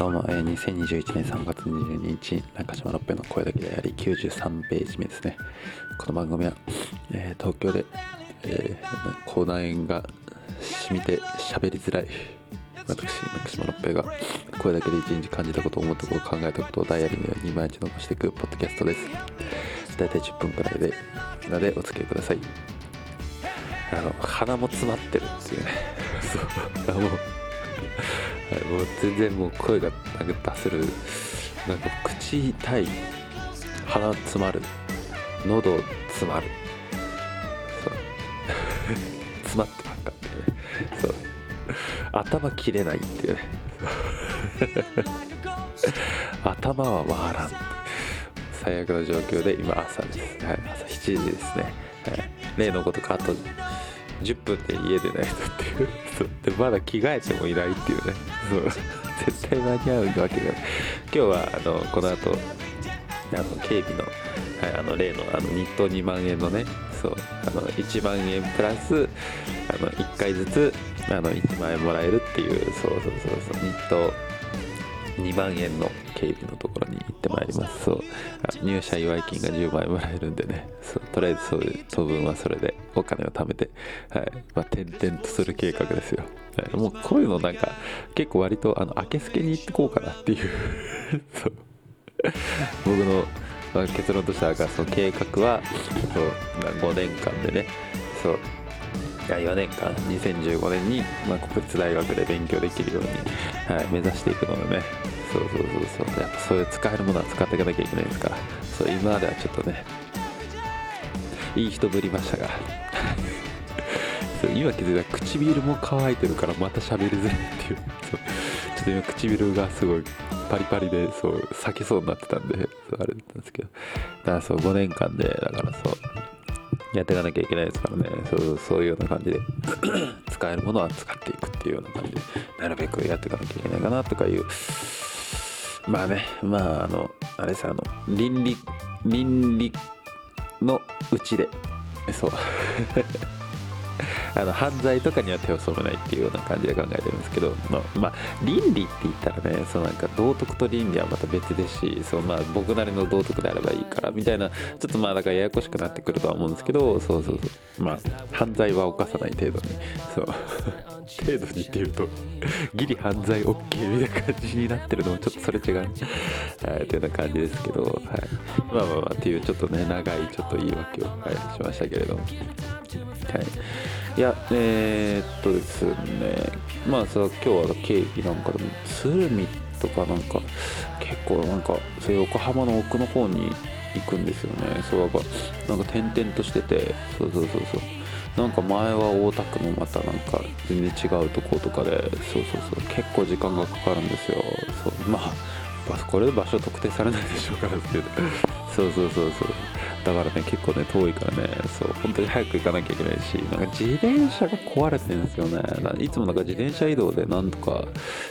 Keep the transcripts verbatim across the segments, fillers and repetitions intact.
どうも、えー、にせんにじゅういちねんさんがつにじゅうににち、中島六平の声だけでありきゅうじゅうさんページ目ですね。この番組は、えー、東京で、えー、口内炎が染みて喋りづらい私、中島六平が声だけで一日感じたこと、思ったこと、考えたことをダイアリーのように毎日残していくポッドキャストです。だいたいじゅっぷんくらいでなのでお付き合いください。あの鼻も詰まってるっていうねそうもうはい、もう全然もう声がなんか出せる、なんか口痛い、鼻詰まる、喉詰まる、そう詰まってばっかってね、そう頭切れないっていうね頭は回らん、最悪の状況で今朝です、はい、朝しちじですね、はい、例のことかあとじゅっぷんで家出ないとっていうそうでまだ着替えてもいないっていうね、そう絶対間に合うわけがない。今日はあのこの後あの警備の、はい、あの例のあの日当にまんえんのね、そうあのいちまんえんプラスあのいっかいずつあのいちまんえんもらえるっていう、そうそうそうそう日当にまんえんの警備のところに行ってまいります。そう入社祝い金がじゅうまんえんもらえるんでね、そうとりあえずそういう当分はそれでお金を貯めて、はいまあ、転々とする計画ですよ。はい、もうこういうのなんか結構割とあの明けすけに行ってこうかなっていうそう僕の、まあ、結論としてはその計画はそうごねんかんでね、そういやよねんかんにせんじゅうごねんに、まあ、国立大学で勉強できるように、はい、目指していくのでね、そうそうそうそうやっぱそういう使えるものは使っていかなきゃいけないですから、そう今まではちょっとねいい人ぶりましたがそう今気づいたら唇も乾いてるからまた喋りづらいっていうそうちょっと今唇がすごいパリパリでそう裂けそうになってたんで、そうあれだったんですけど、だからそうごねんかんでだからそうやっていかなきゃいけないですからね、そうそういうような感じで使えるものは使っていくっていうような感じでなるべくやっていかなきゃいけないかなとかいう、まあねまああのあれさあの倫理倫理のうちでそうあの犯罪とかには手を染めないっていうような感じで考えてるんですけど、まあ、まあ、倫理って言ったらね、そうなんか道徳と倫理はまた別ですし、そうまあ僕なりの道徳であればいいからみたいな、ちょっとまあだからややこしくなってくるとは思うんですけど、そうそうそうまあ犯罪は犯さない程度に、そう程度にっていうとギリ犯罪 OK みたいな感じになってるのもちょっとそれ違う、はい、というような感じですけど、はい、まあまあまあっていうちょっとね長いちょっと言い訳を、はい、しましたけれども、はいいやえー、っとですねまあさ今日は警備なんかでも鶴見とかなんか結構なんかそういう横浜の奥の方に行くんですよね。そうなんかなんか転々としてて、そうそうそうそうなんか前は大田区のまたなんか全然違うとことかで、そうそうそう結構時間がかかるんですよ。そうまあこれで場所特定されないでしょうからですけどそうそうそうそうだからね結構ね遠いからね、そう本当に早く行かなきゃいけないし、なんか自転車が壊れてるんですよね。いつもなんか自転車移動でなんとか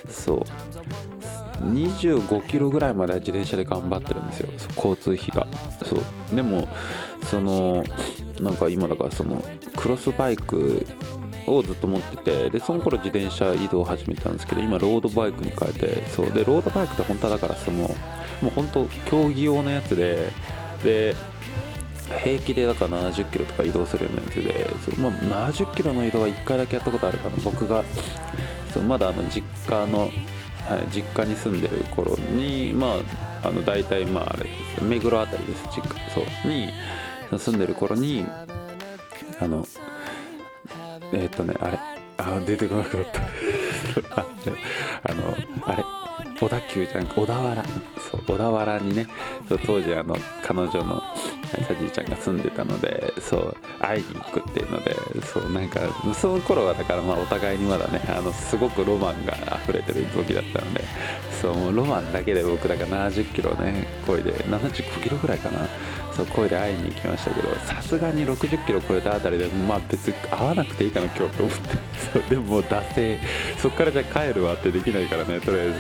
そうにじゅうごキロぐらいまでは自転車で頑張ってるんですよ、交通費が。そうでもそのなんか今だからそのクロスバイクをずっと持ってて、でその頃自転車移動を始めたんですけど、今ロードバイクに変えて、そうでロードバイクって本当はだからそのもう本当競技用のやつでで平気でだからななじゅっキロとか移動するようなやつで、そう、まあ、ななじゅっキロの移動はいっかいだけやったことあるかな。僕がそうまだあの実家の、はい、実家に住んでる頃にまああの大体まああれです目黒あたりです実家そうに住んでる頃にあのえー、っとねあれあ出てこなくなったああのあれ小田急じゃん小田原そう小田原にねそう当時あの彼女のさじいちゃんが住んでたので、そう会いに行くっていうので、そうなんかその頃はだからまあお互いにまだねあのすごくロマンが溢れてる時だったので、そうもうロマンだけで僕だからななじゅっキロね漕いでななじゅうごキロぐらいかな、そう漕いで会いに行きましたけど、さすがにろくじゅっキロ超えたあたりでまあ別に会わなくていいかな今日と思ってそうでももう惰性そっからじゃあ帰るわってできないからね、とりあえず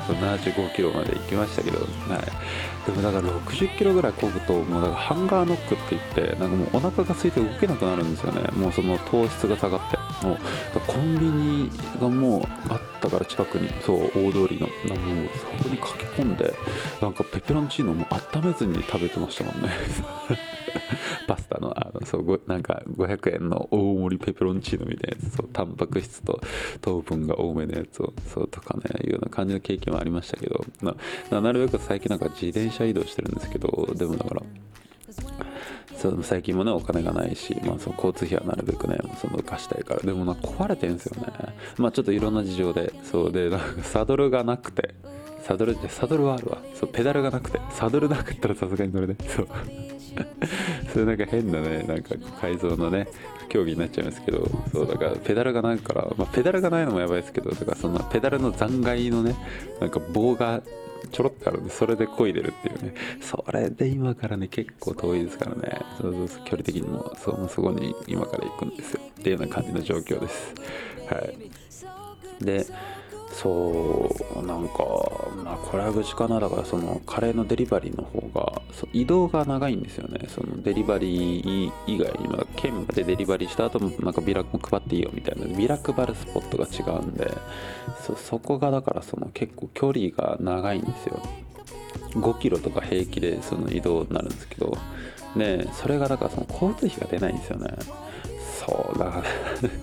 ななじゅうごキロまで行きましたけど、はい、でもだからろくじゅっキロぐらい漕ぐともうだからハンガーノックって言ってなんかもうお腹が空いて動けなくなるんですよね。もうその糖質が下がってもうコンビニがもうあったから近くにそう大通りのもうそこに駆け込んでなんかペペロンチーノも温めずに食べてましたもんねパスタのあのそうごなんかごひゃくえんの大盛りペペロンチーノみたいなやつそうタンパク質と糖分が多めのやつをそうとかねいうような感じの経験はありましたけど な, なるべく最近なんか自転車移動してるんですけどでもだからそう最近もねお金がないし、まあ、その交通費はなるべくねその貸したいからでもな壊れてるんですよね。まあちょっといろんな事情でそうでなんかサドルがなくてサドルってサドルはあるわそうペダルがなくてサドルなかったらさすがに乗れないそうそれなんか変なねなんか改造のね競技になっちゃいますけどそうだからペダルがないから、まあ、ペダルがないのもやばいですけどだからそのペダルの残骸のねなんか棒がちょろってあるんでそれで漕いでるっていうねそれで今からね結構遠いですからねそうそうそう距離的にもそう、そこに今から行くんですよっていうような感じの状況です。はいでそうなんかまあこれは愚痴かなだからそのカレーのデリバリーの方がそう移動が長いんですよね。そのデリバリー以外には県でデリバリーした後もなんかビラも配っていいよみたいなビラ配るスポットが違うんで そ, そこがだからその結構距離が長いんですよ。ごキロとか平気でその移動になるんですけどねそれがだからその交通費が出ないんですよね。そうだから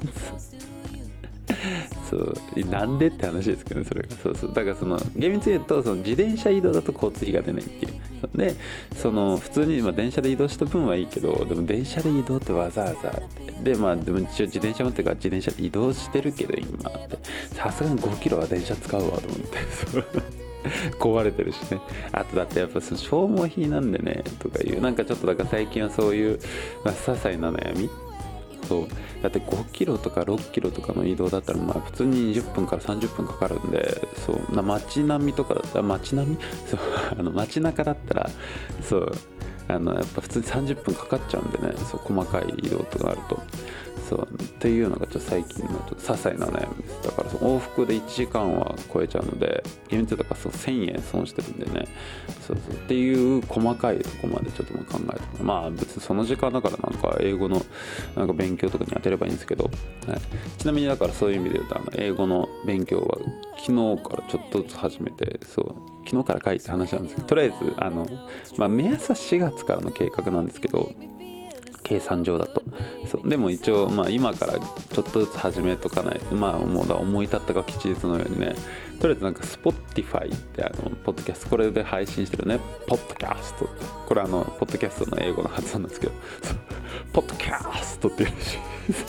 そうなんでって話ですけどねそれがそうそうだからその厳密に言うとその自転車移動だと交通費が出ないっていうでその普通に今電車で移動した分はいいけどでも電車で移動ってわざわざってでまあでも一応自転車持ってから自転車で移動してるけど今ってさすがにごキロは電車使うわと思ってそう壊れてるしねあとだってやっぱその消耗品なんでねとかいうなんかちょっとだから最近はそういう、まあ、些細な悩みそうだってごキロとかろっキロとかの移動だったらまあ普通ににじゅっぷんからさんじゅっぷんかかるんでそうな街並みとかだったら街並みそうあの街中だったらそうあのやっぱ普通にさんじゅっぷんかかっちゃうんでねそう細かい移動とかあるとそうっていうのがちょっと最近のちょっと些細な悩みです。だからその往復でいちじかんは超えちゃうので厳密だからそうせんえん損してるんでねそうそうっていう細かいとこまでちょっと考えてまあ別にその時間だからなんか英語のなんか勉強とかに当てればいいんですけど、はい、ちなみにだからそういう意味で言うとあの英語の勉強は昨日からちょっとずつ始めてそう昨日から書いて話なんですけどとりあえずあの、まあ、目安はしがつからの計画なんですけど計算上だとそうでも一応まあ今からちょっとずつ始めとかないとまあもうだ思い立ったが吉日のようにねとりあえずなんか Spotify ってあのポッドキャストこれで配信してるねポッドキャストってこれあのポッドキャストの英語の発音なんですけどポッドキャストっていうらしい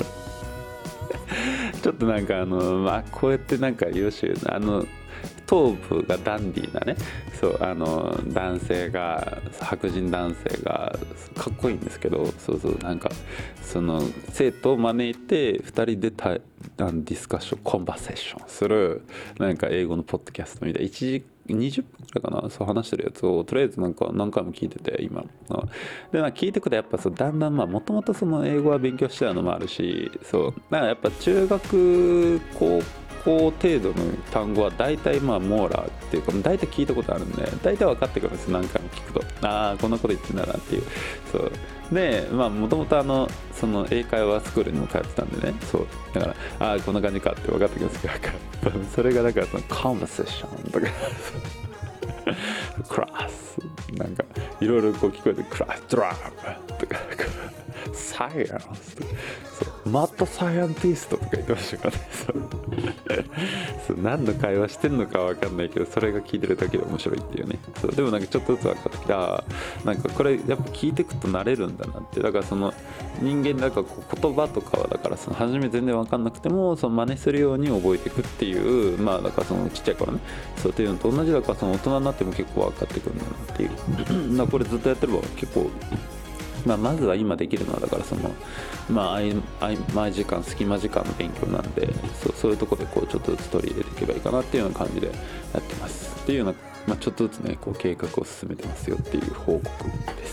ちょっとなんかあのまあこうやってなんか優秀なあの頭部がダンディーなねそうあの男性が白人男性がかっこいいんですけどそうそうなんかその生徒を招いてふたりでたディスカッションコンバセーションするなんか英語のポッドキャストみたいないちじにじゅっぷんくらいかなそう話してるやつをとりあえずなんか何回も聞いてて今でなんか聞いてくとやっぱそうだんだんまあもともとその英語は勉強してたのもあるしそうだからやっぱ中学高校こう程度の単語は大体まあ網羅っていうか大体聞いたことあるんで大体分かってくるんです何回も聞くとああこんなこと言ってんだなっていうそうでまあもともとあのその英会話スクールにも通ってたんでねそうだからああこんな感じかって分かってくるんですけどそれがだからそのコンバセーションとかクラスなんかいろいろこう聞こえてクラスドラムとかサイエンスとかそうマッドサイエンティストとか言ってましたからねそうそう何の会話してんのかは分かんないけどそれが聞いてるだけで面白いっていうねそうでもなんかちょっとずつ分かってきたなんかこれやっぱ聞いてくと慣れるんだなってだからその人間だからこう言葉とかはだからその初め全然分かんなくてもその真似するように覚えていくっていうまあだからそのちっちゃい頃ねそうっていうのと同じだからその大人になっても結構分かってくるんだなっていうだからこれずっとやってれば結構まあ、まずは今できるのはだからそのまあ合間時間隙間時間の勉強なんで そう、そういうところでこうちょっとずつ取り入れていけばいいかなっていうような感じでやってますっていうような、まあ、ちょっとずつねこう計画を進めてますよっていう報告です。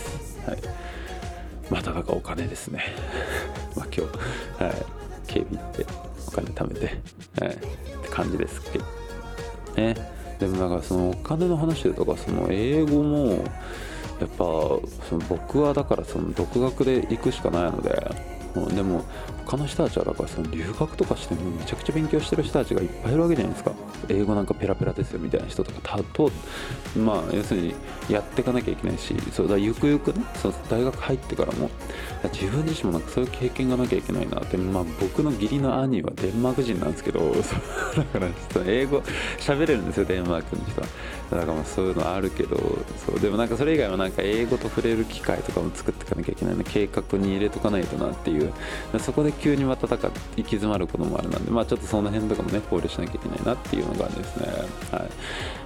はい、まただかお金ですねまあ今日、はい、警備行ってお金貯めて、はい、って感じですけどね。 でもなんかそのお金の話でとかその英語もやっぱその僕はだからその独学で行くしかないので、でも他の人たちはだからその留学とかしてもめちゃくちゃ勉強してる人たちがいっぱいいるわけじゃないですか。英語なんかペラペラですよみたいな人とかたとまあ要するにやっていかなきゃいけないし、そうだゆくゆくね、そう大学入ってからも自分自身もなんかそういう経験がなきゃいけないなって。まあ僕の義理の兄はデンマーク人なんですけど、そうだからちょっと英語喋れるんですよ、デンマークの人は。だからまあそういうのあるけど、そうでもなんかそれ以外はなんか英語と触れる機会とかも作っていかなきゃいけないので、計画に入れとかないとなっていう、そこで急にまただから行き詰まることもあるなんで、まあちょっとその辺とかもね考慮しなきゃいけないなっていうのがですね、はい、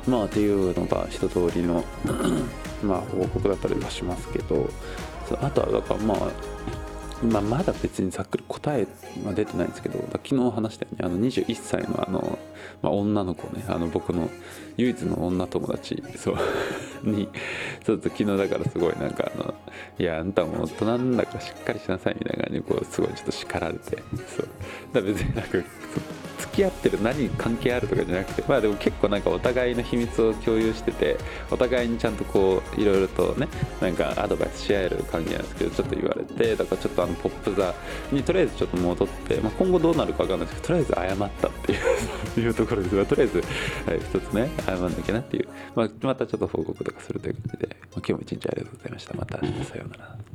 まあっていうのが一通りのまあ報告だったりはしますけど、あとはだからまあまあ、まだ別にざっくり答えは出てないんですけど、昨日話したようにあのにじゅういっさいのあの、まあ、女の子ね、あの僕の唯一の女友達そうにちょっと昨日だからすごいなんかあのいやあんたも大人なんだからしっかりしなさいみたいな感じでこうすごいちょっと叱られて、そうだから別になんか付き合ってる何関係あるとかじゃなくて、まあでも結構なんかお互いの秘密を共有してて、お互いにちゃんとこういろいろとねなんかアドバイスし合える関係なんですけど、ちょっと言われて、だからちょっとあのポップ座にとりあえずちょっと戻って、まあ、今後どうなるか分かんないですけど、とりあえず謝ったっていういうところですが、とりあえず、はい、一つね謝んなきゃなっていう、まあ、またちょっと報告とかするという感じで、まあ、今日も一日ありがとうございました。またさようなら。